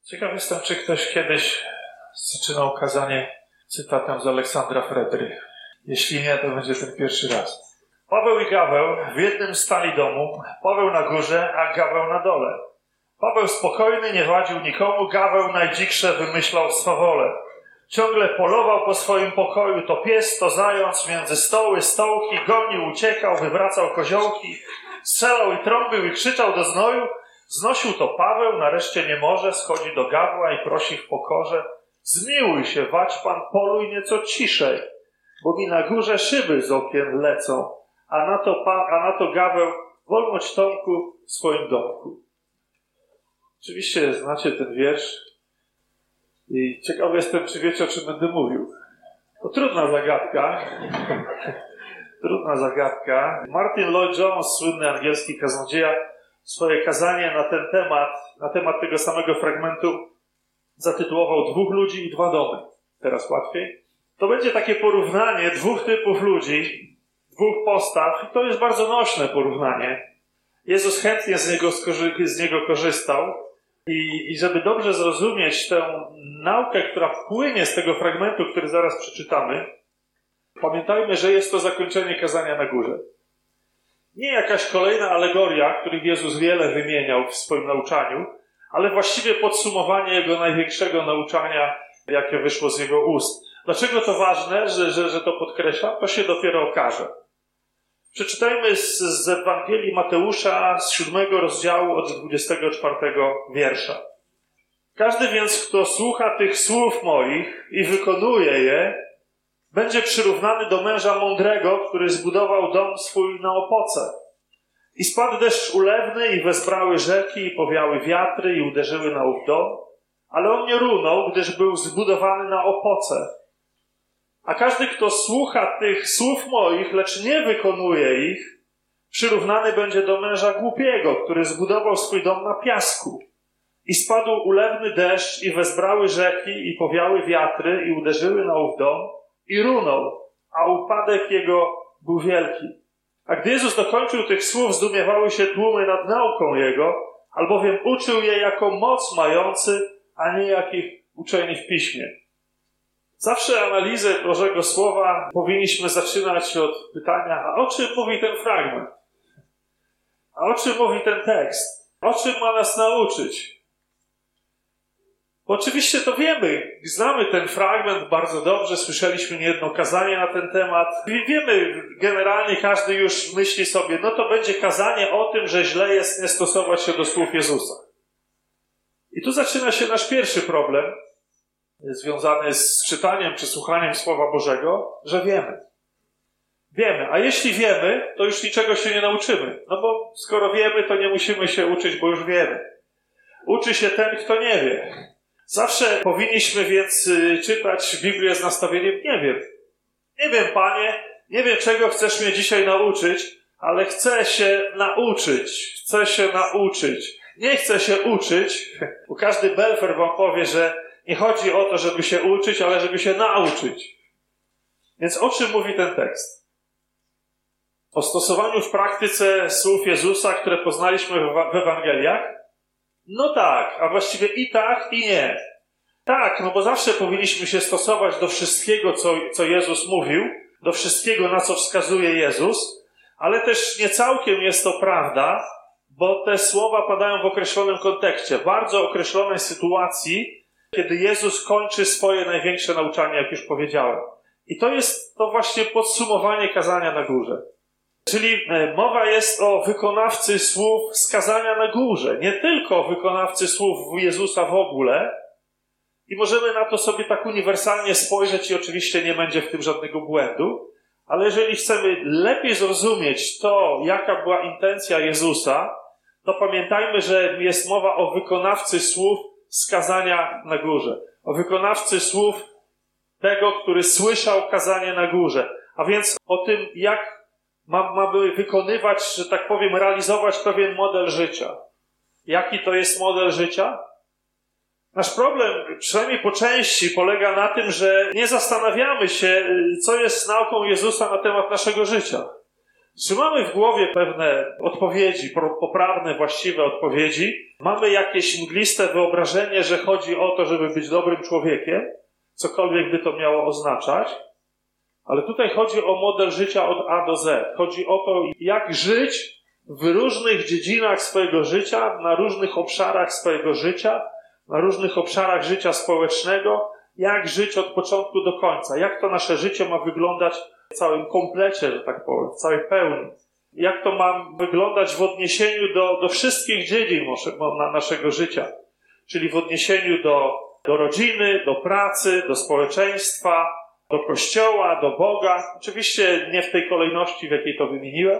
Ciekaw jestem, czy ktoś kiedyś zaczynał kazanie cytatem z Aleksandra Fredry. Jeśli nie, to będzie ten pierwszy raz. Paweł i Gaweł w jednym stali domu, Paweł na górze, a Gaweł na dole. Paweł spokojny, nie wadził nikomu, Gaweł najdziksze wymyślał swawole. Ciągle polował po swoim pokoju, to pies, to zając, między stoły, stołki, gonił, uciekał, wywracał koziołki, strzelał i trąbił i krzyczał do znoju. Znosił to Paweł, nareszcie nie może, schodzi do Gawła i prosi w pokorze: zmiłuj się, wać pan, poluj nieco ciszej, bo mi na górze szyby z okien lecą, a na to Gaweł: wolność Tomku w swoim domku. Oczywiście znacie ten wiersz i ciekawy jestem, czy wiecie, o czym będę mówił. To trudna zagadka. Trudna zagadka. Martin Lloyd-Jones, słynny angielski kaznodzieja, swoje kazanie na temat tego samego fragmentu zatytułował Dwóch ludzi i dwa domy. Teraz łatwiej. To będzie takie porównanie dwóch typów ludzi, dwóch postaw, i to jest bardzo nośne porównanie. Jezus chętnie z niego korzystał i żeby dobrze zrozumieć tę naukę, która płynie z tego fragmentu, który zaraz przeczytamy, pamiętajmy, że jest to zakończenie kazania na górze. Nie jakaś kolejna alegoria, których Jezus wiele wymieniał w swoim nauczaniu, ale właściwie podsumowanie Jego największego nauczania, jakie wyszło z Jego ust. Dlaczego to ważne, że to podkreślam? To się dopiero okaże. Przeczytajmy z Ewangelii Mateusza z 7 rozdziału od 24 wiersza. Każdy więc, kto słucha tych słów moich i wykonuje je, będzie przyrównany do męża mądrego, który zbudował dom swój na opoce. I spadł deszcz ulewny i wezbrały rzeki i powiały wiatry i uderzyły na ów dom, ale on nie runął, gdyż był zbudowany na opoce. A każdy, kto słucha tych słów moich, lecz nie wykonuje ich, przyrównany będzie do męża głupiego, który zbudował swój dom na piasku. I spadł ulewny deszcz i wezbrały rzeki i powiały wiatry i uderzyły na ów dom i runął, a upadek jego był wielki. A gdy Jezus dokończył tych słów, zdumiewały się tłumy nad nauką Jego, albowiem uczył je jako moc mający, a nie jakich uczeni w Piśmie. Zawsze analizę Bożego Słowa powinniśmy zaczynać od pytania: a o czym mówi ten fragment? A o czym mówi ten tekst? O czym ma nas nauczyć? Bo oczywiście to wiemy, znamy ten fragment bardzo dobrze, słyszeliśmy niejedno kazanie na ten temat. Wiemy, generalnie każdy już myśli sobie, no to będzie kazanie o tym, że źle jest nie stosować się do słów Jezusa. I tu zaczyna się nasz pierwszy problem, związany z czytaniem czy słuchaniem Słowa Bożego, że wiemy. Wiemy, a jeśli wiemy, to już niczego się nie nauczymy. No bo skoro wiemy, to nie musimy się uczyć, bo już wiemy. Uczy się ten, kto nie wie. Zawsze powinniśmy więc czytać Biblię z nastawieniem: nie wiem. Nie wiem, Panie, nie wiem, czego chcesz mnie dzisiaj nauczyć, ale chcę się nauczyć. Chcę się nauczyć. Nie chcę się uczyć, bo każdy belfer wam powie, że nie chodzi o to, żeby się uczyć, ale żeby się nauczyć. Więc o czym mówi ten tekst? O stosowaniu w praktyce słów Jezusa, które poznaliśmy w Ewangeliach? No tak, a właściwie i tak, i nie. Tak, no bo zawsze powinniśmy się stosować do wszystkiego, co Jezus mówił, do wszystkiego, na co wskazuje Jezus, ale też nie całkiem jest to prawda, bo te słowa padają w określonym kontekście, bardzo określonej sytuacji, kiedy Jezus kończy swoje największe nauczanie, jak już powiedziałem. I to jest to właśnie podsumowanie kazania na górze. Czyli mowa jest o wykonawcy słów z kazania na górze, nie tylko o wykonawcy słów Jezusa w ogóle. I możemy na to sobie tak uniwersalnie spojrzeć i oczywiście nie będzie w tym żadnego błędu, ale jeżeli chcemy lepiej zrozumieć to, jaka była intencja Jezusa, to pamiętajmy, że jest mowa o wykonawcy słów z kazania na górze. O wykonawcy słów tego, który słyszał kazanie na górze. A więc o tym, jak mamy wykonywać, że tak powiem, realizować pewien model życia. Jaki to jest model życia? Nasz problem, przynajmniej po części, polega na tym, że nie zastanawiamy się, co jest nauką Jezusa na temat naszego życia. Czy mamy w głowie pewne odpowiedzi, poprawne, właściwe odpowiedzi? Mamy jakieś mgliste wyobrażenie, że chodzi o to, żeby być dobrym człowiekiem? Cokolwiek by to miało oznaczać. Ale tutaj chodzi o model życia od A do Z. Chodzi o to, jak żyć w różnych dziedzinach swojego życia, na różnych obszarach swojego życia, na różnych obszarach życia społecznego, jak żyć od początku do końca, jak to nasze życie ma wyglądać w całym komplecie, że tak powiem, w całej pełni. Jak to ma wyglądać w odniesieniu do wszystkich dziedzin naszego życia, czyli w odniesieniu do rodziny, do pracy, do społeczeństwa, do Kościoła, do Boga. Oczywiście nie w tej kolejności, w jakiej to wymieniłem.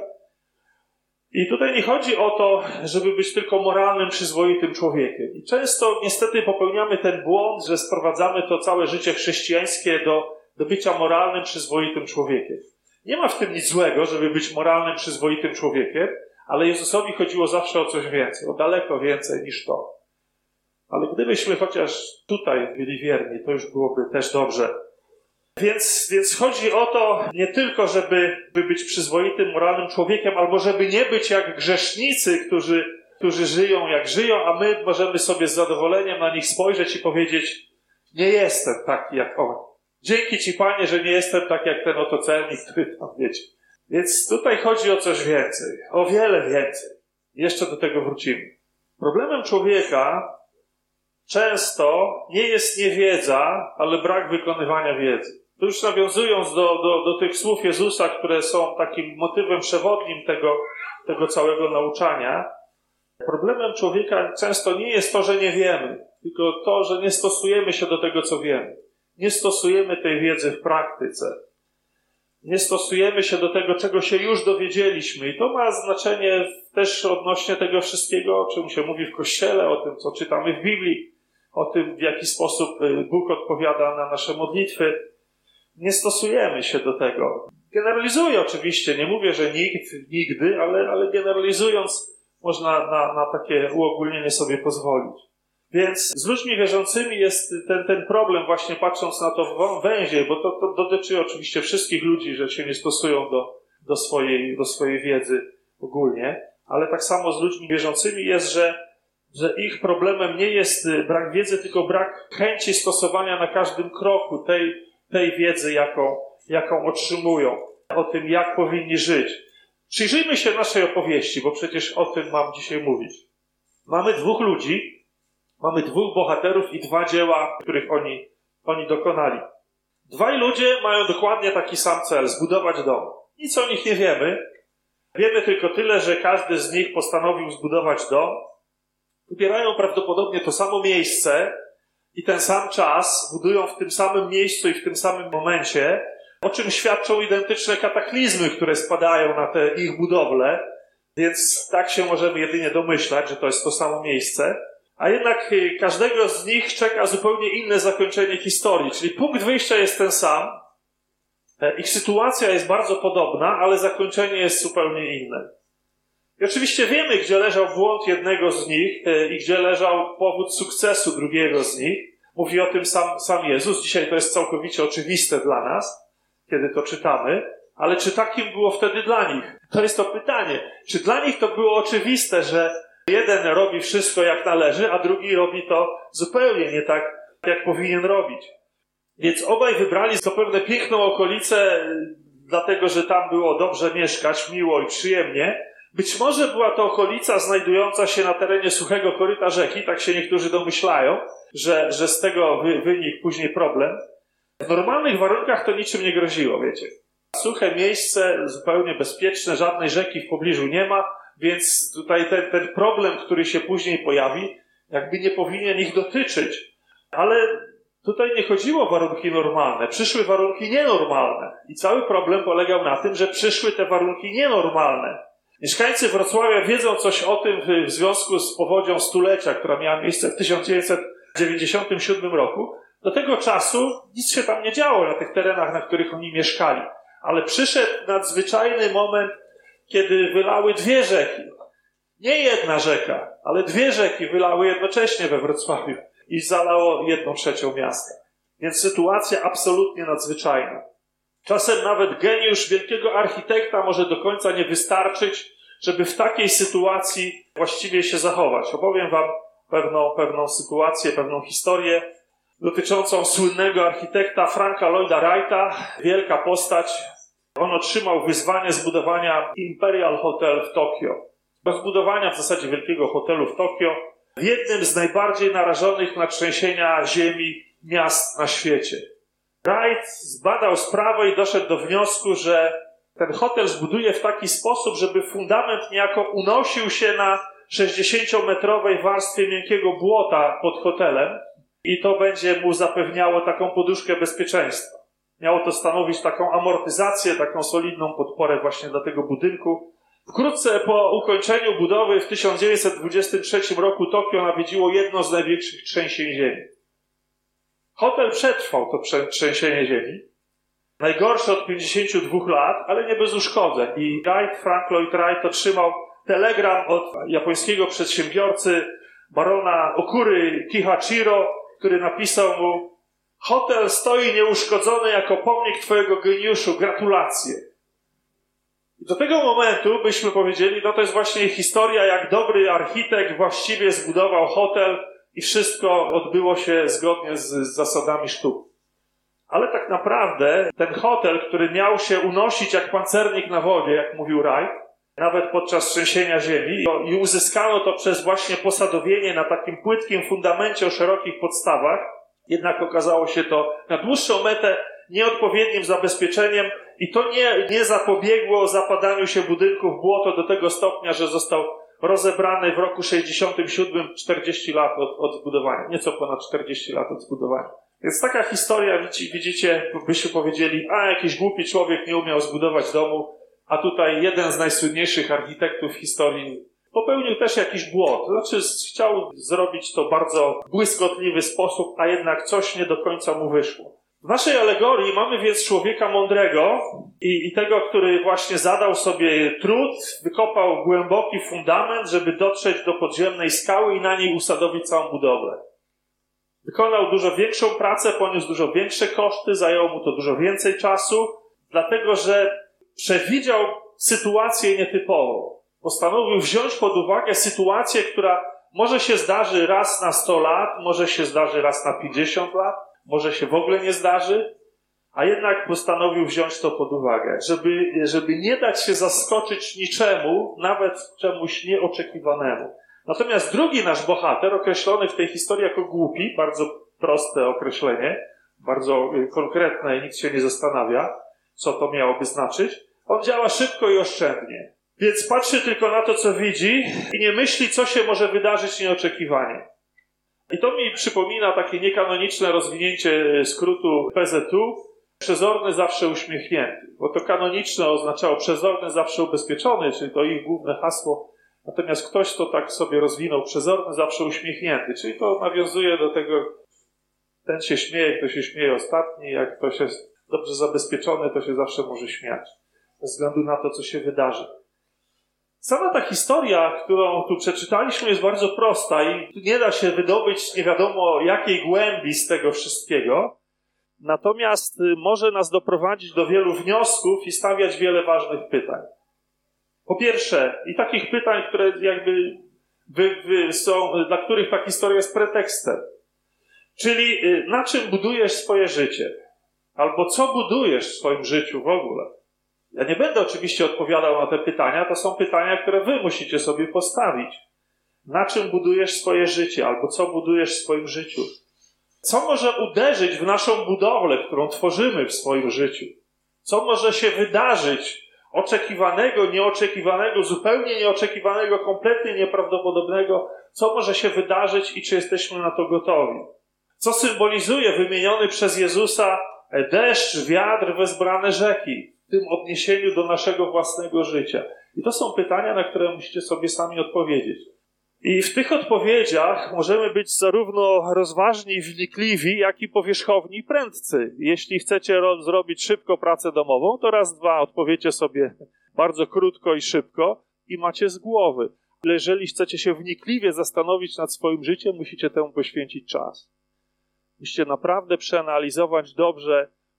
I tutaj nie chodzi o to, żeby być tylko moralnym, przyzwoitym człowiekiem. I często niestety popełniamy ten błąd, że sprowadzamy to całe życie chrześcijańskie do bycia moralnym, przyzwoitym człowiekiem. Nie ma w tym nic złego, żeby być moralnym, przyzwoitym człowiekiem, ale Jezusowi chodziło zawsze o coś więcej, o daleko więcej niż to. Ale gdybyśmy chociaż tutaj byli wierni, to już byłoby też dobrze. Więc chodzi o to nie tylko, żeby być przyzwoitym, moralnym człowiekiem, albo żeby nie być jak grzesznicy, którzy żyją jak żyją, a my możemy sobie z zadowoleniem na nich spojrzeć i powiedzieć: nie jestem taki jak on. Dzięki Ci, Panie, że nie jestem tak jak ten oto celnik, który tam wiecie. Więc tutaj chodzi o coś więcej, o wiele więcej. Jeszcze do tego wrócimy. Problemem człowieka często nie jest niewiedza, ale brak wykonywania wiedzy. Tu już nawiązując do tych słów Jezusa, które są takim motywem przewodnim tego całego nauczania, problemem człowieka często nie jest to, że nie wiemy, tylko to, że nie stosujemy się do tego, co wiemy. Nie stosujemy tej wiedzy w praktyce. Nie stosujemy się do tego, czego się już dowiedzieliśmy. I to ma znaczenie też odnośnie tego wszystkiego, o czym się mówi w Kościele, o tym, co czytamy w Biblii, o tym, w jaki sposób Bóg odpowiada na nasze modlitwy. Nie stosujemy się do tego. Generalizuję oczywiście, nie mówię, że nikt, nigdy, ale generalizując można na takie uogólnienie sobie pozwolić. Więc z ludźmi wierzącymi jest ten problem, właśnie patrząc na to węziej, bo to dotyczy oczywiście wszystkich ludzi, że się nie stosują do swojej wiedzy ogólnie, ale tak samo z ludźmi wierzącymi jest, że ich problemem nie jest brak wiedzy, tylko brak chęci stosowania na każdym kroku tej wiedzy, jaką otrzymują, o tym, jak powinni żyć. Przyjrzyjmy się naszej opowieści, bo przecież o tym mam dzisiaj mówić. Mamy dwóch ludzi, mamy dwóch bohaterów i dwa dzieła, których oni dokonali. Dwaj ludzie mają dokładnie taki sam cel, zbudować dom. Nic o nich nie wiemy. Wiemy tylko tyle, że każdy z nich postanowił zbudować dom. Wybierają prawdopodobnie to samo miejsce i ten sam czas, budują w tym samym miejscu i w tym samym momencie, o czym świadczą identyczne kataklizmy, które spadają na te ich budowle, więc tak się możemy jedynie domyślać, że to jest to samo miejsce. A jednak każdego z nich czeka zupełnie inne zakończenie historii, czyli punkt wyjścia jest ten sam, ich sytuacja jest bardzo podobna, ale zakończenie jest zupełnie inne. I oczywiście wiemy, gdzie leżał błąd jednego z nich i gdzie leżał powód sukcesu drugiego z nich. Mówi o tym sam Jezus. Dzisiaj to jest całkowicie oczywiste dla nas, kiedy to czytamy. Ale czy takim było wtedy dla nich? To jest to pytanie. Czy dla nich to było oczywiste, że jeden robi wszystko jak należy, a drugi robi to zupełnie nie tak, jak powinien robić? Więc obaj wybrali zapewne piękną okolicę, dlatego że tam było dobrze mieszkać, miło i przyjemnie. Być może była to okolica znajdująca się na terenie suchego koryta rzeki, tak się niektórzy domyślają, że z tego wynikł później problem. W normalnych warunkach to niczym nie groziło, wiecie. Suche miejsce, zupełnie bezpieczne, żadnej rzeki w pobliżu nie ma, więc tutaj ten problem, który się później pojawi, jakby nie powinien ich dotyczyć. Ale tutaj nie chodziło o warunki normalne, przyszły warunki nienormalne. I cały problem polegał na tym, że przyszły te warunki nienormalne. Mieszkańcy Wrocławia wiedzą coś o tym w związku z powodzią stulecia, która miała miejsce w 1997 roku. Do tego czasu nic się tam nie działo na tych terenach, na których oni mieszkali. Ale przyszedł nadzwyczajny moment, kiedy wylały dwie rzeki. Nie jedna rzeka, ale dwie rzeki wylały jednocześnie we Wrocławiu i zalało 1/3 miasta. Więc sytuacja absolutnie nadzwyczajna. Czasem nawet geniusz wielkiego architekta może do końca nie wystarczyć, żeby w takiej sytuacji właściwie się zachować. Opowiem wam pewną sytuację, pewną historię dotyczącą słynnego architekta Franka Lloyda Wrighta. Wielka postać. On otrzymał wyzwanie zbudowania Imperial Hotel w Tokio. Zbudowania w zasadzie wielkiego hotelu w Tokio w jednym z najbardziej narażonych na trzęsienia ziemi miast na świecie. Wright zbadał sprawę i doszedł do wniosku, że ten hotel zbuduje w taki sposób, żeby fundament niejako unosił się na 60-metrowej warstwie miękkiego błota pod hotelem i to będzie mu zapewniało taką poduszkę bezpieczeństwa. Miało to stanowić taką amortyzację, taką solidną podporę właśnie dla tego budynku. Wkrótce po ukończeniu budowy w 1923 roku Tokio nawiedziło jedno z największych trzęsień ziemi. Hotel przetrwał to trzęsienie ziemi. Najgorsze od 52 lat, ale nie bez uszkodzeń. I Frank Lloyd Wright otrzymał telegram od japońskiego przedsiębiorcy barona Okury Kihachiro, który napisał mu: hotel stoi nieuszkodzony jako pomnik twojego geniuszu. Gratulacje. I do tego momentu byśmy powiedzieli, no to jest właśnie historia, jak dobry architekt właściwie zbudował hotel i wszystko odbyło się zgodnie z zasadami sztuki. Ale tak naprawdę ten hotel, który miał się unosić jak pancernik na wodzie, jak mówił Wright, nawet podczas trzęsienia ziemi, i uzyskano to przez właśnie posadowienie na takim płytkim fundamencie o szerokich podstawach, jednak okazało się to na dłuższą metę nieodpowiednim zabezpieczeniem i to nie zapobiegło zapadaniu się budynku w błoto do tego stopnia, że został rozebrany w roku 67, 40 lat od zbudowania. Nieco ponad 40 lat od zbudowania. Więc taka historia, widzicie, byśmy powiedzieli, jakiś głupi człowiek nie umiał zbudować domu, a tutaj jeden z najsłynniejszych architektów historii popełnił też jakiś błąd. Znaczy chciał zrobić to w bardzo błyskotliwy sposób, a jednak coś nie do końca mu wyszło. W naszej alegorii mamy więc człowieka mądrego i tego, który właśnie zadał sobie trud, wykopał głęboki fundament, żeby dotrzeć do podziemnej skały i na niej usadowić całą budowlę. Wykonał dużo większą pracę, poniósł dużo większe koszty, zajęło mu to dużo więcej czasu, dlatego że przewidział sytuację nietypową. Postanowił wziąć pod uwagę sytuację, która może się zdarzy raz na 100 lat, może się zdarzy raz na 50 lat, może się w ogóle nie zdarzy, a jednak postanowił wziąć to pod uwagę, żeby nie dać się zaskoczyć niczemu, nawet czemuś nieoczekiwanemu. Natomiast drugi nasz bohater, określony w tej historii jako głupi, bardzo proste określenie, bardzo konkretne i nikt się nie zastanawia, co to miałoby znaczyć, on działa szybko i oszczędnie. Więc patrzy tylko na to, co widzi i nie myśli, co się może wydarzyć nieoczekiwanie. I to mi przypomina takie niekanoniczne rozwinięcie skrótu PZU, przezorny zawsze uśmiechnięty. Bo to kanoniczne oznaczało przezorny zawsze ubezpieczony, czyli to ich główne hasło. Natomiast ktoś to tak sobie rozwinął, przezorny zawsze uśmiechnięty. Czyli to nawiązuje do tego, ten się śmieje, kto się śmieje ostatni, jak ktoś jest dobrze zabezpieczony, to się zawsze może śmiać. Bez względu na to, co się wydarzy. Sama ta historia, którą tu przeczytaliśmy, jest bardzo prosta i nie da się wydobyć nie wiadomo jakiej głębi z tego wszystkiego. Natomiast może nas doprowadzić do wielu wniosków i stawiać wiele ważnych pytań. Po pierwsze, i takich pytań, które jakby są, dla których ta historia jest pretekstem. Czyli na czym budujesz swoje życie? Albo co budujesz w swoim życiu w ogóle? Ja nie będę oczywiście odpowiadał na te pytania, to są pytania, które wy musicie sobie postawić. Na czym budujesz swoje życie, albo co budujesz w swoim życiu? Co może uderzyć w naszą budowlę, którą tworzymy w swoim życiu? Co może się wydarzyć oczekiwanego, nieoczekiwanego, zupełnie nieoczekiwanego, kompletnie nieprawdopodobnego? Co może się wydarzyć i czy jesteśmy na to gotowi? Co symbolizuje wymieniony przez Jezusa deszcz, wiatr, wezbrane rzeki? W tym odniesieniu do naszego własnego życia. I to są pytania, na które musicie sobie sami odpowiedzieć. I w tych odpowiedziach możemy być zarówno rozważni, wnikliwi, jak i powierzchowni i prędcy. Jeśli chcecie zrobić szybko pracę domową, to raz, dwa odpowiecie sobie bardzo krótko i szybko i macie z głowy. Ale jeżeli chcecie się wnikliwie zastanowić nad swoim życiem, musicie temu poświęcić czas. Musicie naprawdę przeanalizować dobrze,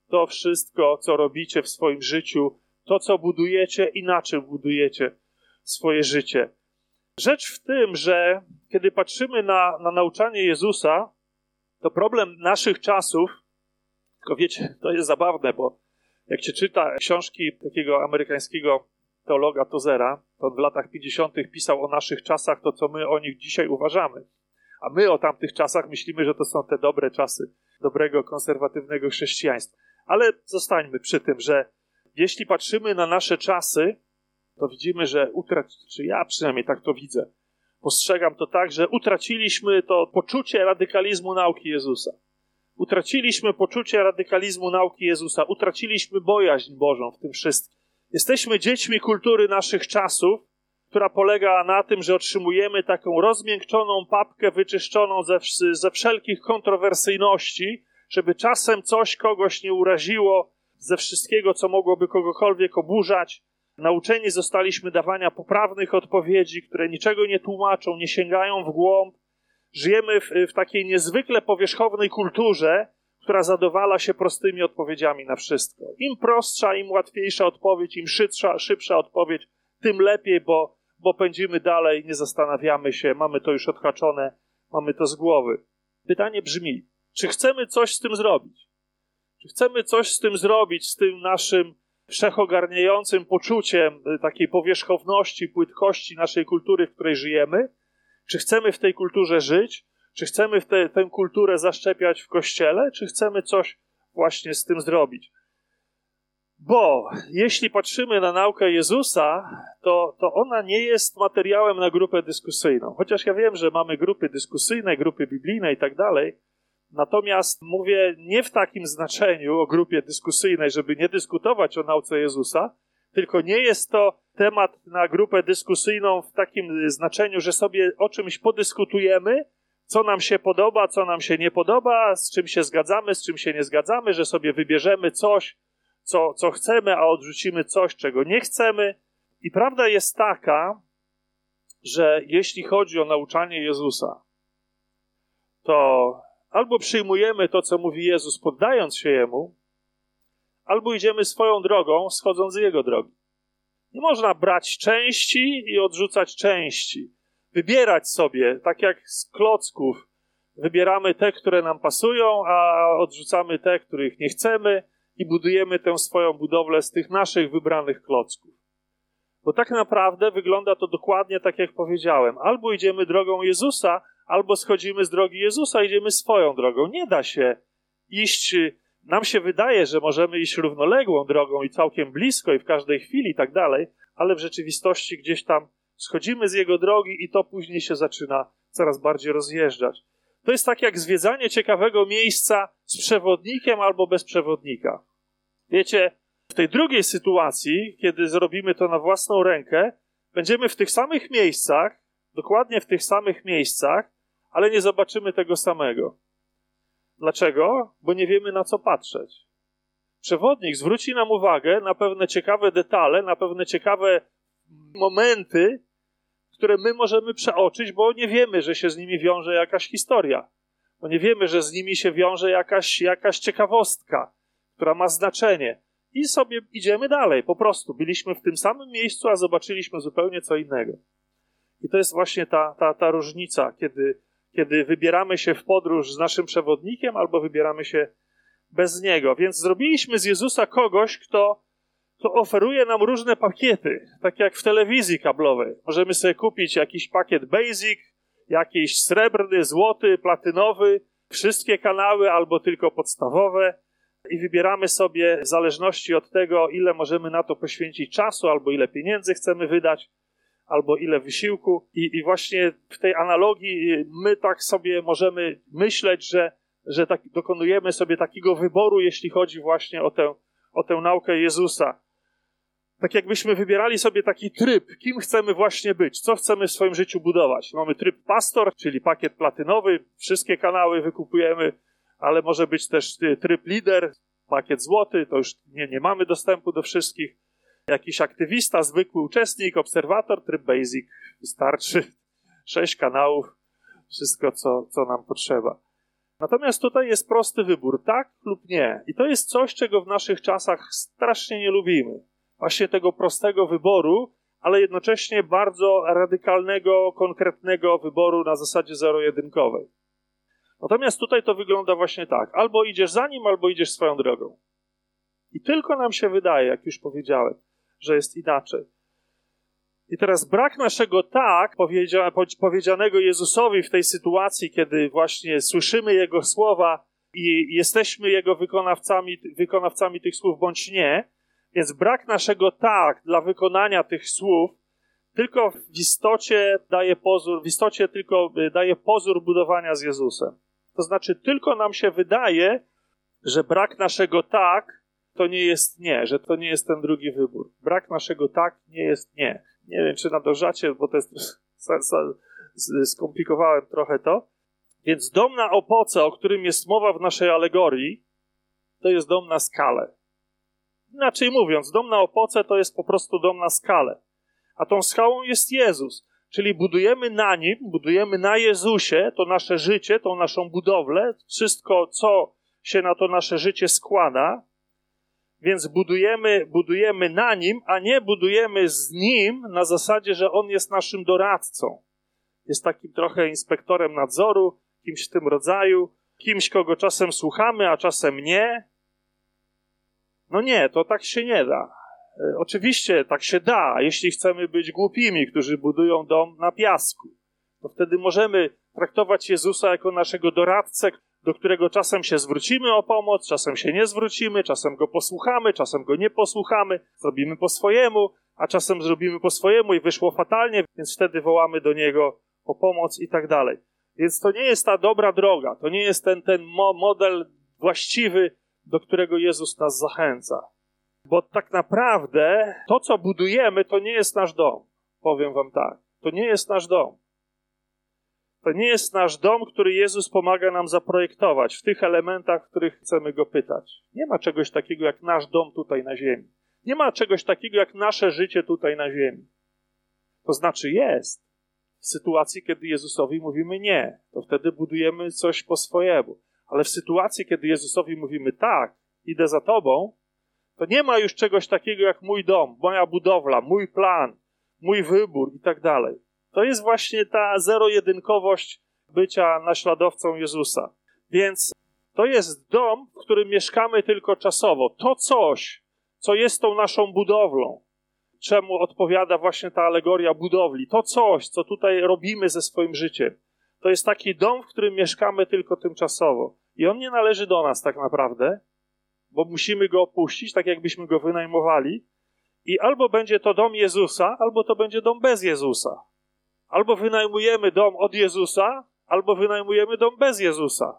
to wszystko, co robicie w swoim życiu, to, co budujecie i na czym budujecie swoje życie. Rzecz w tym, że kiedy patrzymy na nauczanie Jezusa, to problem naszych czasów, tylko wiecie, to jest zabawne, bo jak się czyta książki takiego amerykańskiego teologa Tozera, to on w latach 50. pisał o naszych czasach to, co my o nich dzisiaj uważamy. A my o tamtych czasach myślimy, że to są te dobre czasy dobrego, konserwatywnego chrześcijaństwa. Ale zostańmy przy tym, że jeśli patrzymy na nasze czasy, to widzimy, że czy ja przynajmniej tak to widzę, postrzegam to tak, że utraciliśmy to poczucie radykalizmu nauki Jezusa. Utraciliśmy poczucie radykalizmu nauki Jezusa. Utraciliśmy bojaźń Bożą w tym wszystkim. Jesteśmy dziećmi kultury naszych czasów, która polega na tym, że otrzymujemy taką rozmiękczoną papkę wyczyszczoną ze wszelkich kontrowersyjności, żeby czasem coś kogoś nie uraziło, ze wszystkiego, co mogłoby kogokolwiek oburzać. Nauczeni zostaliśmy dawania poprawnych odpowiedzi, które niczego nie tłumaczą, nie sięgają w głąb. Żyjemy w takiej niezwykle powierzchownej kulturze, która zadowala się prostymi odpowiedziami na wszystko. Im prostsza, im łatwiejsza odpowiedź, im szybsza odpowiedź, tym lepiej, bo pędzimy dalej, nie zastanawiamy się, mamy to już odhaczone, mamy to z głowy. Pytanie brzmi, czy chcemy coś z tym zrobić? Czy chcemy coś z tym zrobić, z tym naszym wszechogarniającym poczuciem takiej powierzchowności, płytkości naszej kultury, w której żyjemy? Czy chcemy w tej kulturze żyć? Czy chcemy tę kulturę zaszczepiać w Kościele? Czy chcemy coś właśnie z tym zrobić? Bo jeśli patrzymy na naukę Jezusa, to ona nie jest materiałem na grupę dyskusyjną. Chociaż ja wiem, że mamy grupy dyskusyjne, grupy biblijne i tak dalej. Natomiast mówię nie w takim znaczeniu o grupie dyskusyjnej, żeby nie dyskutować o nauce Jezusa, tylko nie jest to temat na grupę dyskusyjną w takim znaczeniu, że sobie o czymś podyskutujemy, co nam się podoba, co nam się nie podoba, z czym się zgadzamy, z czym się nie zgadzamy, że sobie wybierzemy coś, co chcemy, a odrzucimy coś, czego nie chcemy. I prawda jest taka, że jeśli chodzi o nauczanie Jezusa, to albo przyjmujemy to, co mówi Jezus, poddając się Jemu, albo idziemy swoją drogą, schodząc z Jego drogi. Nie można brać części i odrzucać części. Wybierać sobie, tak jak z klocków, wybieramy te, które nam pasują, a odrzucamy te, których nie chcemy i budujemy tę swoją budowlę z tych naszych wybranych klocków. Bo tak naprawdę wygląda to dokładnie tak, jak powiedziałem. Albo idziemy drogą Jezusa, albo schodzimy z drogi Jezusa, idziemy swoją drogą. Nie da się iść, nam się wydaje, że możemy iść równoległą drogą i całkiem blisko i w każdej chwili i tak dalej, ale w rzeczywistości gdzieś tam schodzimy z Jego drogi i to później się zaczyna coraz bardziej rozjeżdżać. To jest tak jak zwiedzanie ciekawego miejsca z przewodnikiem albo bez przewodnika. Wiecie, w tej drugiej sytuacji, kiedy zrobimy to na własną rękę, będziemy w tych samych miejscach, dokładnie w tych samych miejscach, ale nie zobaczymy tego samego. Dlaczego? Bo nie wiemy, na co patrzeć. Przewodnik zwróci nam uwagę na pewne ciekawe detale, na pewne ciekawe momenty, które my możemy przeoczyć, bo nie wiemy, że się z nimi wiąże jakaś historia. Bo nie wiemy, że z nimi się wiąże jakaś ciekawostka, która ma znaczenie. I sobie idziemy dalej, po prostu. Byliśmy w tym samym miejscu, a zobaczyliśmy zupełnie co innego. I to jest właśnie ta różnica, kiedy wybieramy się w podróż z naszym przewodnikiem albo wybieramy się bez niego. Więc zrobiliśmy z Jezusa kogoś, kto oferuje nam różne pakiety, tak jak w telewizji kablowej. Możemy sobie kupić jakiś pakiet basic, jakiś srebrny, złoty, platynowy, wszystkie kanały albo tylko podstawowe i wybieramy sobie w zależności od tego, ile możemy na to poświęcić czasu, albo ile pieniędzy chcemy wydać, albo ile wysiłku. I właśnie w tej analogii my tak sobie możemy myśleć, że tak dokonujemy sobie takiego wyboru, jeśli chodzi właśnie o tę naukę Jezusa. Tak jakbyśmy wybierali sobie taki tryb, kim chcemy właśnie być, co chcemy w swoim życiu budować. Mamy tryb pastor, czyli pakiet platynowy, wszystkie kanały wykupujemy, ale może być też tryb lider, pakiet złoty, to już nie mamy dostępu do wszystkich. Jakiś aktywista, zwykły uczestnik, obserwator, tryb basic. Wystarczy 6 kanałów, wszystko co nam potrzeba. Natomiast tutaj jest prosty wybór, tak lub nie. I to jest coś, czego w naszych czasach strasznie nie lubimy. Właśnie tego prostego wyboru, ale jednocześnie bardzo radykalnego, konkretnego wyboru na zasadzie zero-jedynkowej. Natomiast tutaj to wygląda właśnie tak. Albo idziesz za nim, albo idziesz swoją drogą. I tylko nam się wydaje, jak już powiedziałem, że jest inaczej. I teraz brak naszego tak powiedzianego Jezusowi w tej sytuacji, kiedy właśnie słyszymy Jego słowa i jesteśmy Jego wykonawcami tych słów bądź nie, więc brak naszego tak dla wykonania tych słów tylko w istocie daje pozór budowania z Jezusem. To znaczy tylko nam się wydaje, że brak naszego tak to nie jest nie, że to nie jest ten drugi wybór. Brak naszego tak nie jest nie. Nie wiem, czy nadążacie, bo to jest skomplikowałem trochę to. Więc dom na opoce, o którym jest mowa w naszej alegorii, to jest dom na skalę. Inaczej mówiąc, dom na opoce to jest po prostu dom na skalę. A tą skałą jest Jezus. Czyli budujemy na Nim, budujemy na Jezusie to nasze życie, tą naszą budowlę, wszystko, co się na to nasze życie składa. Więc budujemy na Nim, a nie budujemy z Nim na zasadzie, że On jest naszym doradcą. Jest takim trochę inspektorem nadzoru, kimś w tym rodzaju, kimś, kogo czasem słuchamy, a czasem nie. No nie, to tak się nie da. Oczywiście tak się da, jeśli chcemy być głupimi, którzy budują dom na piasku. To wtedy możemy traktować Jezusa jako naszego doradcę, do którego czasem się zwrócimy o pomoc, czasem się nie zwrócimy, czasem go posłuchamy, czasem go nie posłuchamy, zrobimy po swojemu, a czasem zrobimy po swojemu i wyszło fatalnie, więc wtedy wołamy do niego o pomoc i tak dalej. Więc to nie jest ta dobra droga, to nie jest ten model właściwy, do którego Jezus nas zachęca. Bo tak naprawdę to, co budujemy, to nie jest nasz dom. Powiem wam tak, to nie jest nasz dom. To nie jest nasz dom, który Jezus pomaga nam zaprojektować w tych elementach, w których chcemy Go pytać. Nie ma czegoś takiego jak nasz dom tutaj na ziemi. Nie ma czegoś takiego jak nasze życie tutaj na ziemi. To znaczy jest. W sytuacji, kiedy Jezusowi mówimy nie, to wtedy budujemy coś po swojemu. Ale w sytuacji, kiedy Jezusowi mówimy tak, idę za Tobą, to nie ma już czegoś takiego jak mój dom, moja budowla, mój plan, mój wybór i tak dalej. To jest właśnie ta zero-jedynkowość bycia naśladowcą Jezusa. Więc to jest dom, w którym mieszkamy tylko czasowo. To coś, co jest tą naszą budowlą, czemu odpowiada właśnie ta alegoria budowli. To coś, co tutaj robimy ze swoim życiem. To jest taki dom, w którym mieszkamy tylko tymczasowo. I on nie należy do nas tak naprawdę, bo musimy go opuścić, tak jakbyśmy go wynajmowali. I albo będzie to dom Jezusa, albo to będzie dom bez Jezusa. Albo wynajmujemy dom od Jezusa, albo wynajmujemy dom bez Jezusa.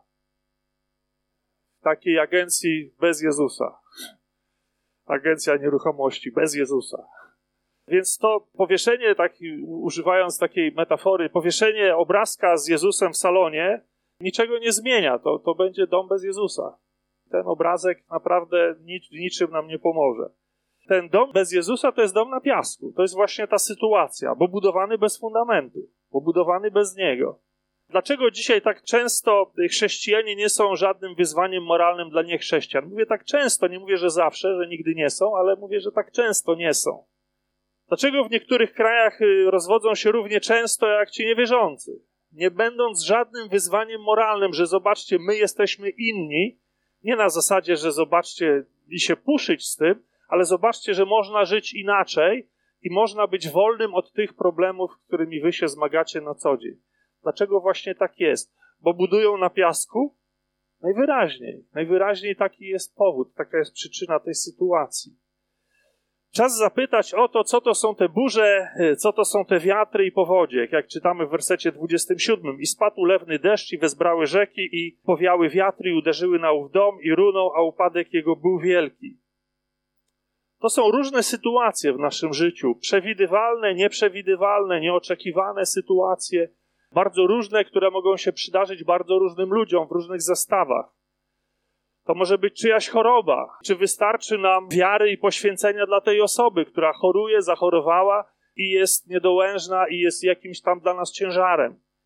W takiej agencji bez Jezusa. Agencja nieruchomości bez Jezusa. Więc to powieszenie, używając takiej metafory, powieszenie obrazka z Jezusem w salonie niczego nie zmienia. To będzie dom bez Jezusa. Ten obrazek naprawdę niczym nam nie pomoże. Ten dom bez Jezusa to jest dom na piasku. To jest właśnie ta sytuacja, bo budowany bez fundamentu, bo budowany bez Niego. Dlaczego dzisiaj tak często chrześcijanie nie są żadnym wyzwaniem moralnym dla niechrześcijan? Mówię tak często, nie mówię, że zawsze, że nigdy nie są, ale mówię, że tak często nie są. Dlaczego w niektórych krajach rozwodzą się równie często jak ci niewierzący? Nie będąc żadnym wyzwaniem moralnym, że zobaczcie, my jesteśmy inni, nie na zasadzie, że zobaczcie i się puszyć z tym, ale zobaczcie, że można żyć inaczej i można być wolnym od tych problemów, z którymi wy się zmagacie na co dzień. Dlaczego właśnie tak jest? Bo budują na piasku? Najwyraźniej. Najwyraźniej taki jest powód, taka jest przyczyna tej sytuacji. Czas zapytać o to, co to są te burze, co to są te wiatry i powodzie. Jak czytamy w wersecie 27. I spadł ulewny deszcz i wezbrały rzeki i powiały wiatry i uderzyły na ów dom i runął, a upadek jego był wielki. To są różne sytuacje w naszym życiu. Przewidywalne, nieprzewidywalne, nieoczekiwane sytuacje. Bardzo różne, które mogą się przydarzyć bardzo różnym ludziom w różnych zestawach. To może być czyjaś choroba. Czy wystarczy nam wiary i poświęcenia dla tej osoby, która choruje, zachorowała i jest niedołężna i jest jakimś tam dla nas ciężarem.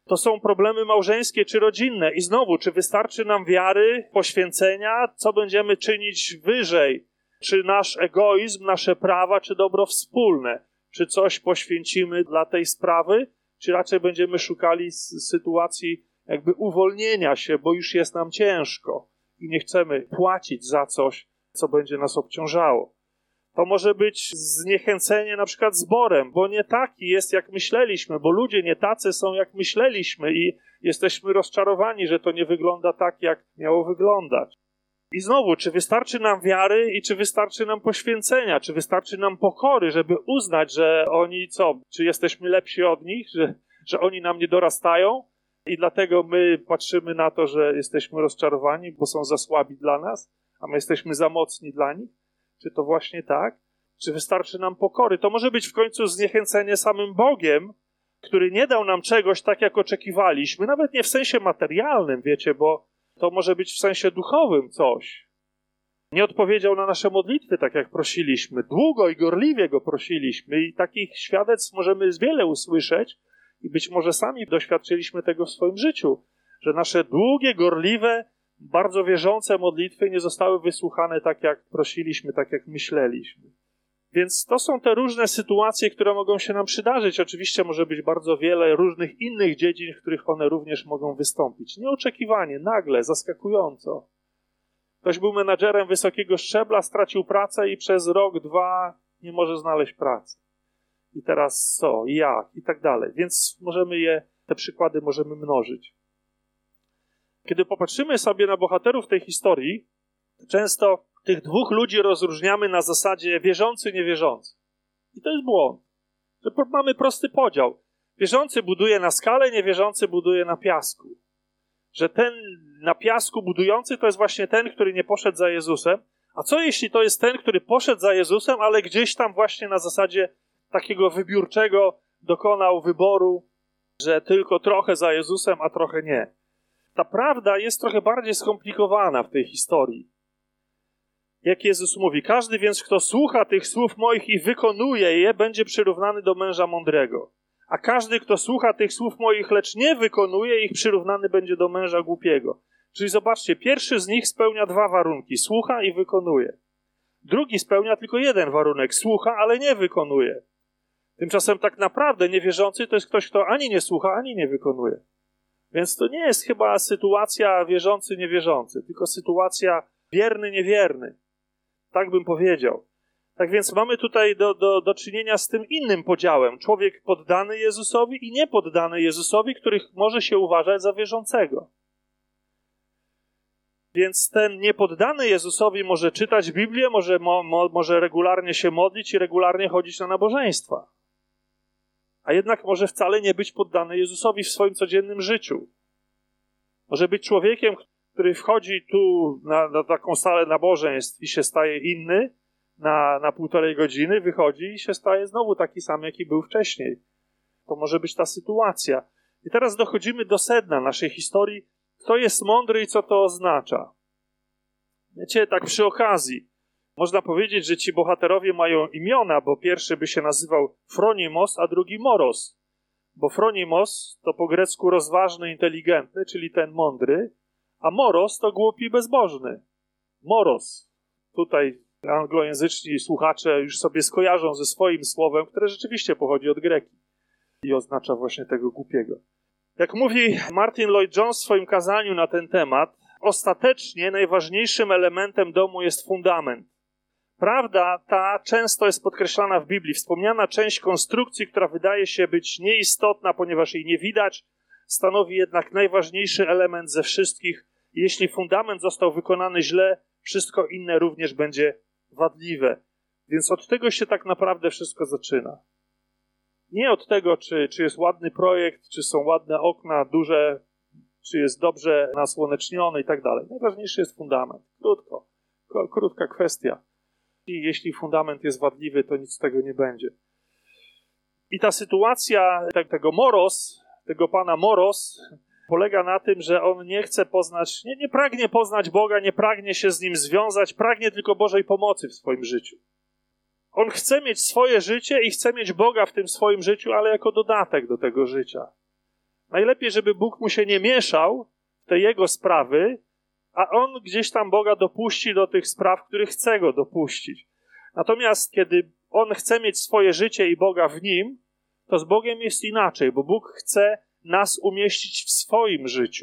To są problemy małżeńskie czy rodzinne. I znowu, czy wystarczy nam wiary, poświęcenia, co będziemy czynić wyżej? Czy nasz egoizm, nasze prawa, czy dobro wspólne? Czy coś poświęcimy dla tej sprawy? Czy raczej będziemy szukali sytuacji jakby uwolnienia się, bo już jest nam ciężko i nie chcemy płacić za coś, co będzie nas obciążało? To może być zniechęcenie na przykład zborem, bo nie taki jest, jak myśleliśmy, bo ludzie nie tacy są, jak myśleliśmy i jesteśmy rozczarowani, że to nie wygląda tak, jak miało wyglądać. I znowu, czy wystarczy nam wiary i czy wystarczy nam poświęcenia, czy wystarczy nam pokory, żeby uznać, że oni czy jesteśmy lepsi od nich, że oni nam nie dorastają i dlatego my patrzymy na to, że jesteśmy rozczarowani, bo są za słabi dla nas, a my jesteśmy za mocni dla nich? Czy to właśnie tak? Czy wystarczy nam pokory? To może być w końcu zniechęcenie samym Bogiem, który nie dał nam czegoś tak, jak oczekiwaliśmy, nawet nie w sensie materialnym, wiecie, bo to może być w sensie duchowym coś. Nie odpowiedział na nasze modlitwy tak, jak prosiliśmy. Długo i gorliwie go prosiliśmy i takich świadectw możemy wiele usłyszeć i być może sami doświadczyliśmy tego w swoim życiu, że nasze długie, gorliwe, bardzo wierzące modlitwy nie zostały wysłuchane tak, jak prosiliśmy, tak, jak myśleliśmy. Więc to są te różne sytuacje, które mogą się nam przydarzyć. Oczywiście może być bardzo wiele różnych innych dziedzin, w których one również mogą wystąpić. Nieoczekiwanie, nagle, zaskakująco. Ktoś był menadżerem wysokiego szczebla, stracił pracę i przez rok, 2 nie może znaleźć pracy. I teraz co, jak i tak dalej. Więc te przykłady możemy mnożyć. Kiedy popatrzymy sobie na bohaterów tej historii, często tych dwóch ludzi rozróżniamy na zasadzie wierzący, niewierzący. I to jest błąd. Że mamy prosty podział. Wierzący buduje na skale, niewierzący buduje na piasku. Że ten na piasku budujący to jest właśnie ten, który nie poszedł za Jezusem. A co jeśli to jest ten, który poszedł za Jezusem, ale gdzieś tam właśnie na zasadzie takiego wybiórczego dokonał wyboru, że tylko trochę za Jezusem, a trochę nie. Ta prawda jest trochę bardziej skomplikowana w tej historii. Jak Jezus mówi, każdy więc, kto słucha tych słów moich i wykonuje je, będzie przyrównany do męża mądrego. A każdy, kto słucha tych słów moich, lecz nie wykonuje ich, przyrównany będzie do męża głupiego. Czyli zobaczcie, pierwszy z nich spełnia 2 warunki. Słucha i wykonuje. Drugi spełnia tylko 1 warunek. Słucha, ale nie wykonuje. Tymczasem tak naprawdę niewierzący to jest ktoś, kto ani nie słucha, ani nie wykonuje. Więc to nie jest chyba sytuacja wierzący, niewierzący, tylko sytuacja wierny, niewierny. Tak bym powiedział. Tak więc mamy tutaj do czynienia z tym innym podziałem. Człowiek poddany Jezusowi i niepoddany Jezusowi, których może się uważać za wierzącego. Więc ten niepoddany Jezusowi może czytać Biblię, może regularnie się modlić i regularnie chodzić na nabożeństwa. A jednak może wcale nie być poddany Jezusowi w swoim codziennym życiu. Może być człowiekiem, który wchodzi tu na taką salę nabożeństw i się staje inny na 1,5 godziny, wychodzi i się staje znowu taki sam, jaki był wcześniej. To może być ta sytuacja. I teraz dochodzimy do sedna naszej historii. Kto jest mądry i co to oznacza? Wiecie, tak przy okazji, można powiedzieć, że ci bohaterowie mają imiona, bo pierwszy by się nazywał Phronimos, a drugi Moros. Bo Phronimos to po grecku rozważny, inteligentny, czyli ten mądry, a Moros to głupi, bezbożny. Moros. Tutaj anglojęzyczni słuchacze już sobie skojarzą ze swoim słowem, które rzeczywiście pochodzi od greki i oznacza właśnie tego głupiego. Jak mówi Martin Lloyd-Jones w swoim kazaniu na ten temat, ostatecznie najważniejszym elementem domu jest fundament. Prawda ta często jest podkreślana w Biblii. Wspomniana część konstrukcji, która wydaje się być nieistotna, ponieważ jej nie widać, stanowi jednak najważniejszy element ze wszystkich. Jeśli fundament został wykonany źle, wszystko inne również będzie wadliwe. Więc od tego się tak naprawdę wszystko zaczyna. Nie od tego, czy jest ładny projekt, czy są ładne okna, duże, czy jest dobrze nasłoneczniony i tak dalej. Najważniejszy jest fundament. Krótka kwestia. I jeśli fundament jest wadliwy, to nic z tego nie będzie. I ta sytuacja tego pana Moros, polega na tym, że on nie chce poznać, nie pragnie poznać Boga, nie pragnie się z Nim związać, pragnie tylko Bożej pomocy w swoim życiu. On chce mieć swoje życie i chce mieć Boga w tym swoim życiu, ale jako dodatek do tego życia. Najlepiej, żeby Bóg mu się nie mieszał w te jego sprawy, a on gdzieś tam Boga dopuści do tych spraw, których chce go dopuścić. Natomiast kiedy on chce mieć swoje życie i Boga w nim, to z Bogiem jest inaczej, bo Bóg chce nas umieścić w swoim życiu.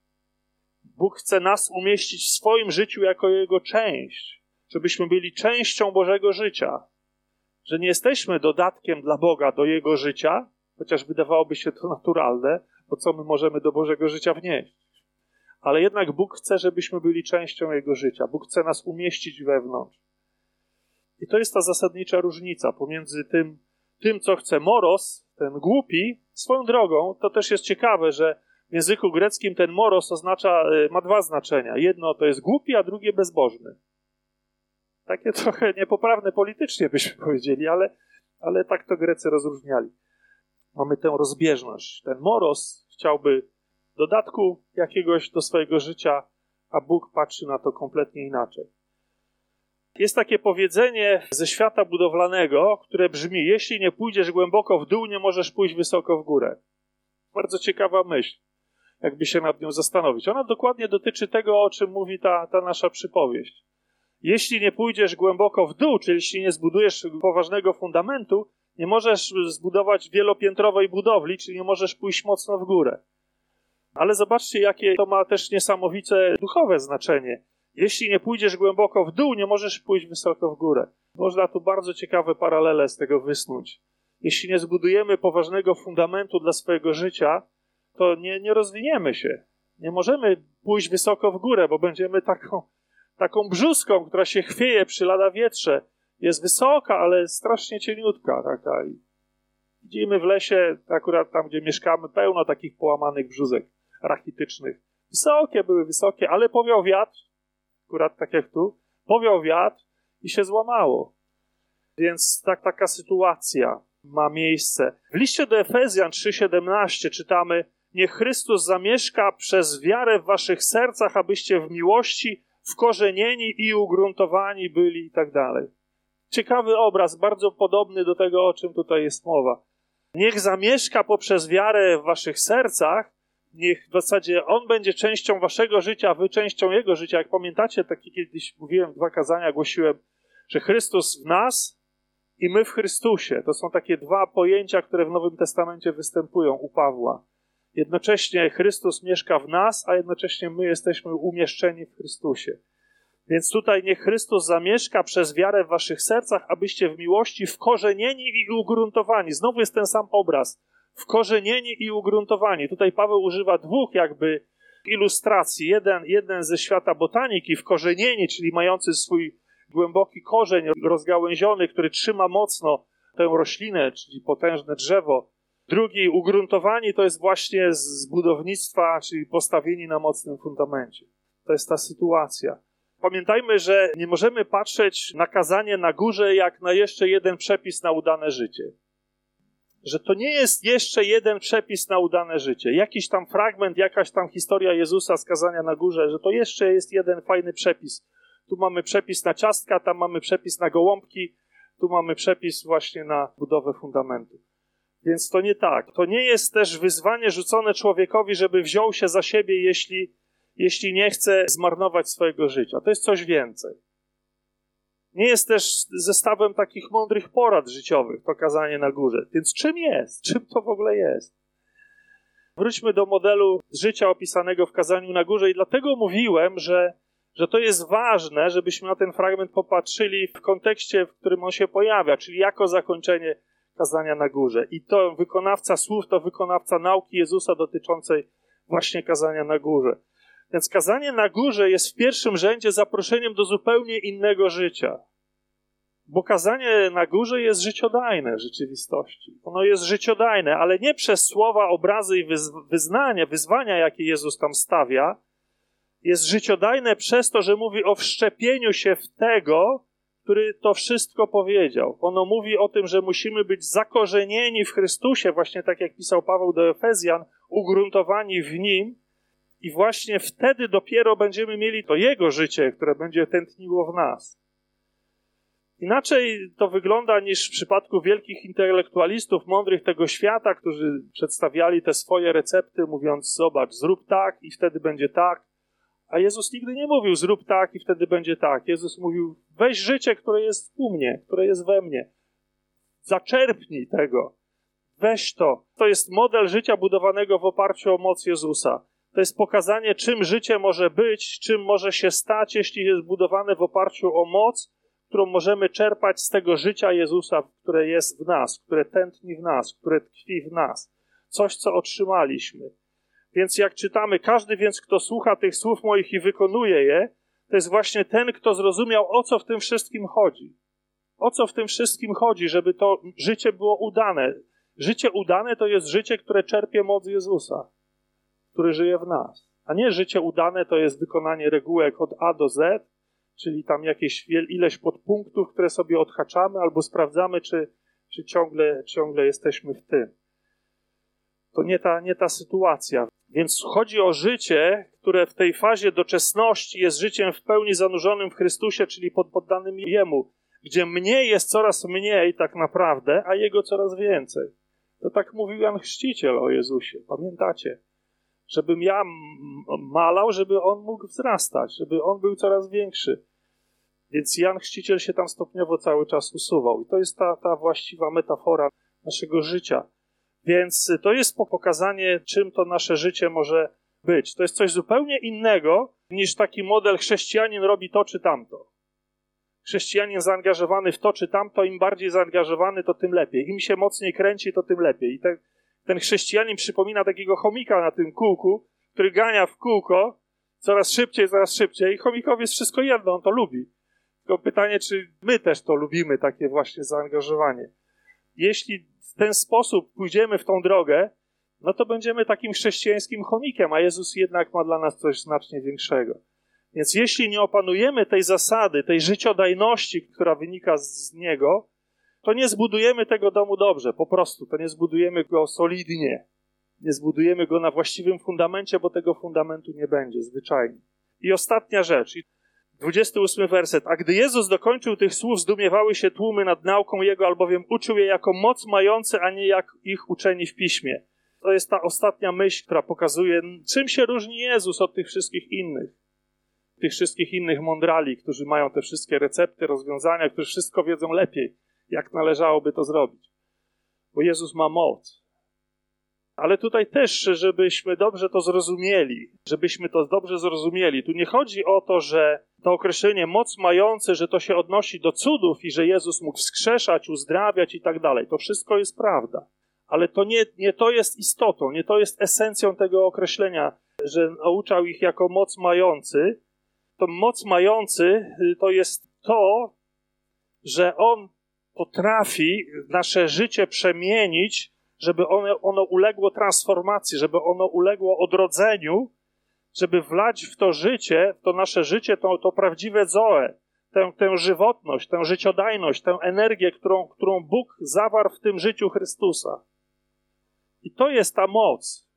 Bóg chce nas umieścić w swoim życiu jako Jego część, żebyśmy byli częścią Bożego życia. Że nie jesteśmy dodatkiem dla Boga do Jego życia, chociaż wydawałoby się to naturalne, bo co my możemy do Bożego życia wnieść? Ale jednak Bóg chce, żebyśmy byli częścią Jego życia. Bóg chce nas umieścić wewnątrz. I to jest ta zasadnicza różnica pomiędzy tym, co chce moros, ten głupi. Swoją drogą, to też jest ciekawe, że w języku greckim ten moros ma dwa znaczenia. Jedno to jest głupi, a drugie bezbożny. Takie trochę niepoprawne politycznie byśmy powiedzieli, ale tak to Grecy rozróżniali. Mamy tę rozbieżność. Ten moros chciałby dodatku jakiegoś do swojego życia, a Bóg patrzy na to kompletnie inaczej. Jest takie powiedzenie ze świata budowlanego, które brzmi: jeśli nie pójdziesz głęboko w dół, nie możesz pójść wysoko w górę. Bardzo ciekawa myśl, jakby się nad nią zastanowić. Ona dokładnie dotyczy tego, o czym mówi ta nasza przypowieść. Jeśli nie pójdziesz głęboko w dół, czyli jeśli nie zbudujesz poważnego fundamentu, nie możesz zbudować wielopiętrowej budowli, czyli nie możesz pójść mocno w górę. Ale zobaczcie, jakie to ma też niesamowite duchowe znaczenie. Jeśli nie pójdziesz głęboko w dół, nie możesz pójść wysoko w górę. Można tu bardzo ciekawe paralele z tego wysnuć. Jeśli nie zbudujemy poważnego fundamentu dla swojego życia, to nie rozwiniemy się. Nie możemy pójść wysoko w górę, bo będziemy taką brzuską, która się chwieje przy lada wietrze. Jest wysoka, ale strasznie cieniutka. Taka. I widzimy w lesie, akurat tam, gdzie mieszkamy, pełno takich połamanych brzuzek rachitycznych. Były wysokie, ale powiał wiatr, akurat tak jak tu, powiał wiatr i się złamało. Więc taka sytuacja ma miejsce. W liście do Efezjan 3,17 czytamy: niech Chrystus zamieszka przez wiarę w waszych sercach, abyście w miłości wkorzenieni i ugruntowani byli i tak dalej. Ciekawy obraz, bardzo podobny do tego, o czym tutaj jest mowa. Niech zamieszka poprzez wiarę w waszych sercach, niech w zasadzie On będzie częścią waszego życia, a wy częścią Jego życia. Jak pamiętacie, takie kiedyś mówiłem, 2 kazania głosiłem, że Chrystus w nas i my w Chrystusie. To są takie 2 pojęcia, które w Nowym Testamencie występują u Pawła. Jednocześnie Chrystus mieszka w nas, a jednocześnie my jesteśmy umieszczeni w Chrystusie. Więc tutaj niech Chrystus zamieszka przez wiarę w waszych sercach, abyście w miłości wkorzenieni i ugruntowani. Znowu jest ten sam obraz. Wkorzenieni i ugruntowani. Tutaj Paweł używa 2 jakby ilustracji. Jeden ze świata botaniki, wkorzenieni, czyli mający swój głęboki korzeń rozgałęziony, który trzyma mocno tę roślinę, czyli potężne drzewo. Drugi, ugruntowani, to jest właśnie z budownictwa, czyli postawieni na mocnym fundamencie. To jest ta sytuacja. Pamiętajmy, że nie możemy patrzeć na kazanie na górze jak na jeszcze jeden przepis na udane życie. Że to nie jest jeszcze jeden przepis na udane życie. Jakiś tam fragment, jakaś tam historia Jezusa z kazania na górze, że to jeszcze jest jeden fajny przepis. Tu mamy przepis na ciastka, tam mamy przepis na gołąbki, tu mamy przepis właśnie na budowę fundamentu. Więc to nie tak. To nie jest też wyzwanie rzucone człowiekowi, żeby wziął się za siebie, jeśli nie chce zmarnować swojego życia. To jest coś więcej. Nie jest też zestawem takich mądrych porad życiowych, to kazanie na górze. Więc czym jest? Czym to w ogóle jest? Wróćmy do modelu życia opisanego w kazaniu na górze i dlatego mówiłem, że to jest ważne, żebyśmy na ten fragment popatrzyli w kontekście, w którym on się pojawia, czyli jako zakończenie kazania na górze. I to wykonawca słów, to wykonawca nauki Jezusa dotyczącej właśnie kazania na górze. Więc kazanie na górze jest w pierwszym rzędzie zaproszeniem do zupełnie innego życia. Bo kazanie na górze jest życiodajne w rzeczywistości. Ono jest życiodajne, ale nie przez słowa, obrazy i wyzwania, jakie Jezus tam stawia. Jest życiodajne przez to, że mówi o wszczepieniu się w tego, który to wszystko powiedział. Ono mówi o tym, że musimy być zakorzenieni w Chrystusie, właśnie tak jak pisał Paweł do Efezjan, ugruntowani w Nim i właśnie wtedy dopiero będziemy mieli to Jego życie, które będzie tętniło w nas. Inaczej to wygląda niż w przypadku wielkich intelektualistów, mądrych tego świata, którzy przedstawiali te swoje recepty, mówiąc, zobacz, zrób tak i wtedy będzie tak. A Jezus nigdy nie mówił, zrób tak i wtedy będzie tak. Jezus mówił, weź życie, które jest u mnie, które jest we mnie. Zaczerpnij tego. Weź to. To jest model życia budowanego w oparciu o moc Jezusa. To jest pokazanie, czym życie może być, czym może się stać, jeśli jest budowane w oparciu o moc, którą możemy czerpać z tego życia Jezusa, które jest w nas, które tętni w nas, które tkwi w nas. Coś, co otrzymaliśmy. Więc jak czytamy, każdy więc, kto słucha tych słów moich i wykonuje je, to jest właśnie ten, kto zrozumiał, o co w tym wszystkim chodzi. O co w tym wszystkim chodzi, żeby to życie było udane. Życie udane to jest życie, które czerpie moc Jezusa, który żyje w nas. A nie życie udane to jest wykonanie regułek od A do Z, czyli tam jakieś ileś podpunktów, które sobie odhaczamy, albo sprawdzamy, czy ciągle jesteśmy w tym. To nie ta sytuacja. Więc chodzi o życie, które w tej fazie doczesności jest życiem w pełni zanurzonym w Chrystusie, czyli poddanym Jemu, gdzie mnie jest coraz mniej tak naprawdę, a Jego coraz więcej. To tak mówił Jan Chrzciciel o Jezusie. Pamiętacie? Żebym ja malał, żeby On mógł wzrastać, żeby On był coraz większy. Więc Jan Chrzciciel się tam stopniowo cały czas usuwał. I to jest ta właściwa metafora naszego życia. Więc to jest pokazanie, czym to nasze życie może być. To jest coś zupełnie innego, niż taki model chrześcijanin robi to czy tamto. Chrześcijanin zaangażowany w to czy tamto, im bardziej zaangażowany, to tym lepiej. Im się mocniej kręci, to tym lepiej. I ten chrześcijanin przypomina takiego chomika na tym kółku, który gania w kółko coraz szybciej. I chomikowi jest wszystko jedno, on to lubi. Tylko pytanie, czy my też to lubimy, takie właśnie zaangażowanie. Jeśli w ten sposób pójdziemy w tą drogę, no to będziemy takim chrześcijańskim chomikiem, a Jezus jednak ma dla nas coś znacznie większego. Więc jeśli nie opanujemy tej zasady, tej życiodajności, która wynika z Niego, to nie zbudujemy tego domu dobrze, po prostu. To nie zbudujemy go solidnie. Nie zbudujemy go na właściwym fundamencie, bo tego fundamentu nie będzie, zwyczajnie. I ostatnia rzecz, 28 werset. A gdy Jezus dokończył tych słów, zdumiewały się tłumy nad nauką Jego, albowiem uczył je jako moc mający, a nie jak ich uczeni w Piśmie. To jest ta ostatnia myśl, która pokazuje, czym się różni Jezus od tych wszystkich innych. Tych wszystkich innych mądrali, którzy mają te wszystkie recepty, rozwiązania, którzy wszystko wiedzą lepiej, jak należałoby to zrobić. Bo Jezus ma moc. Ale tutaj też, żebyśmy dobrze to zrozumieli. Tu nie chodzi o to, że to określenie moc mający, że to się odnosi do cudów i że Jezus mógł wskrzeszać, uzdrawiać i tak dalej. To wszystko jest prawda. Ale to nie to jest istotą, nie to jest esencją tego określenia, że nauczał ich jako moc mający. To moc mający to jest to, że On potrafi nasze życie przemienić, żeby ono uległo transformacji, żeby ono uległo odrodzeniu, żeby wlać w to życie, w to nasze życie, to prawdziwe Zoe, tę żywotność, tę życiodajność, tę energię, którą Bóg zawarł w tym życiu Chrystusa. I to jest ta moc,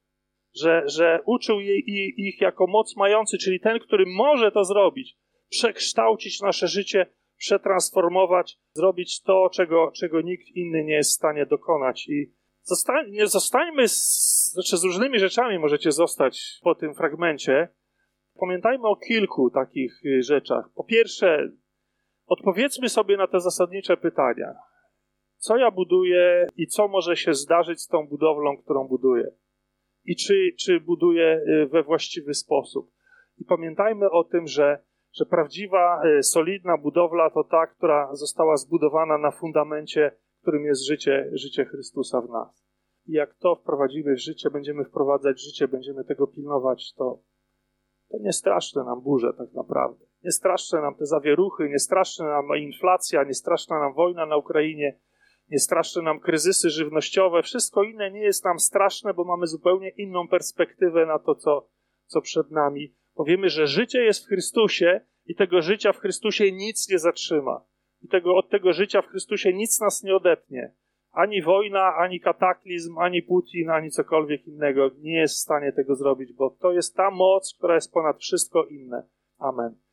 że uczył ich jako moc mający, czyli ten, który może to zrobić, przekształcić nasze życie, przetransformować, zrobić to, czego nikt inny nie jest w stanie dokonać. I nie zostańmy z różnymi rzeczami możecie zostać po tym fragmencie. Pamiętajmy o kilku takich rzeczach. Po pierwsze, odpowiedzmy sobie na te zasadnicze pytania. Co ja buduję i co może się zdarzyć z tą budowlą, którą buduję? I czy buduję we właściwy sposób? I pamiętajmy o tym, że prawdziwa, solidna budowla to ta, która została zbudowana na fundamencie, którym jest życie Chrystusa w nas. I jak to wprowadzimy w życie, będziemy wprowadzać życie, będziemy tego pilnować, to nie straszne nam burze tak naprawdę. Nie straszne nam te zawieruchy, nie straszne nam inflacja, nie straszna nam wojna na Ukrainie, nie straszne nam kryzysy żywnościowe. Wszystko inne nie jest nam straszne, bo mamy zupełnie inną perspektywę na to, co przed nami. Powiemy, że życie jest w Chrystusie i tego życia w Chrystusie nic nie zatrzyma. I od tego życia w Chrystusie nic nas nie odetnie. Ani wojna, ani kataklizm, ani Putin, ani cokolwiek innego nie jest w stanie tego zrobić, bo to jest ta moc, która jest ponad wszystko inne. Amen.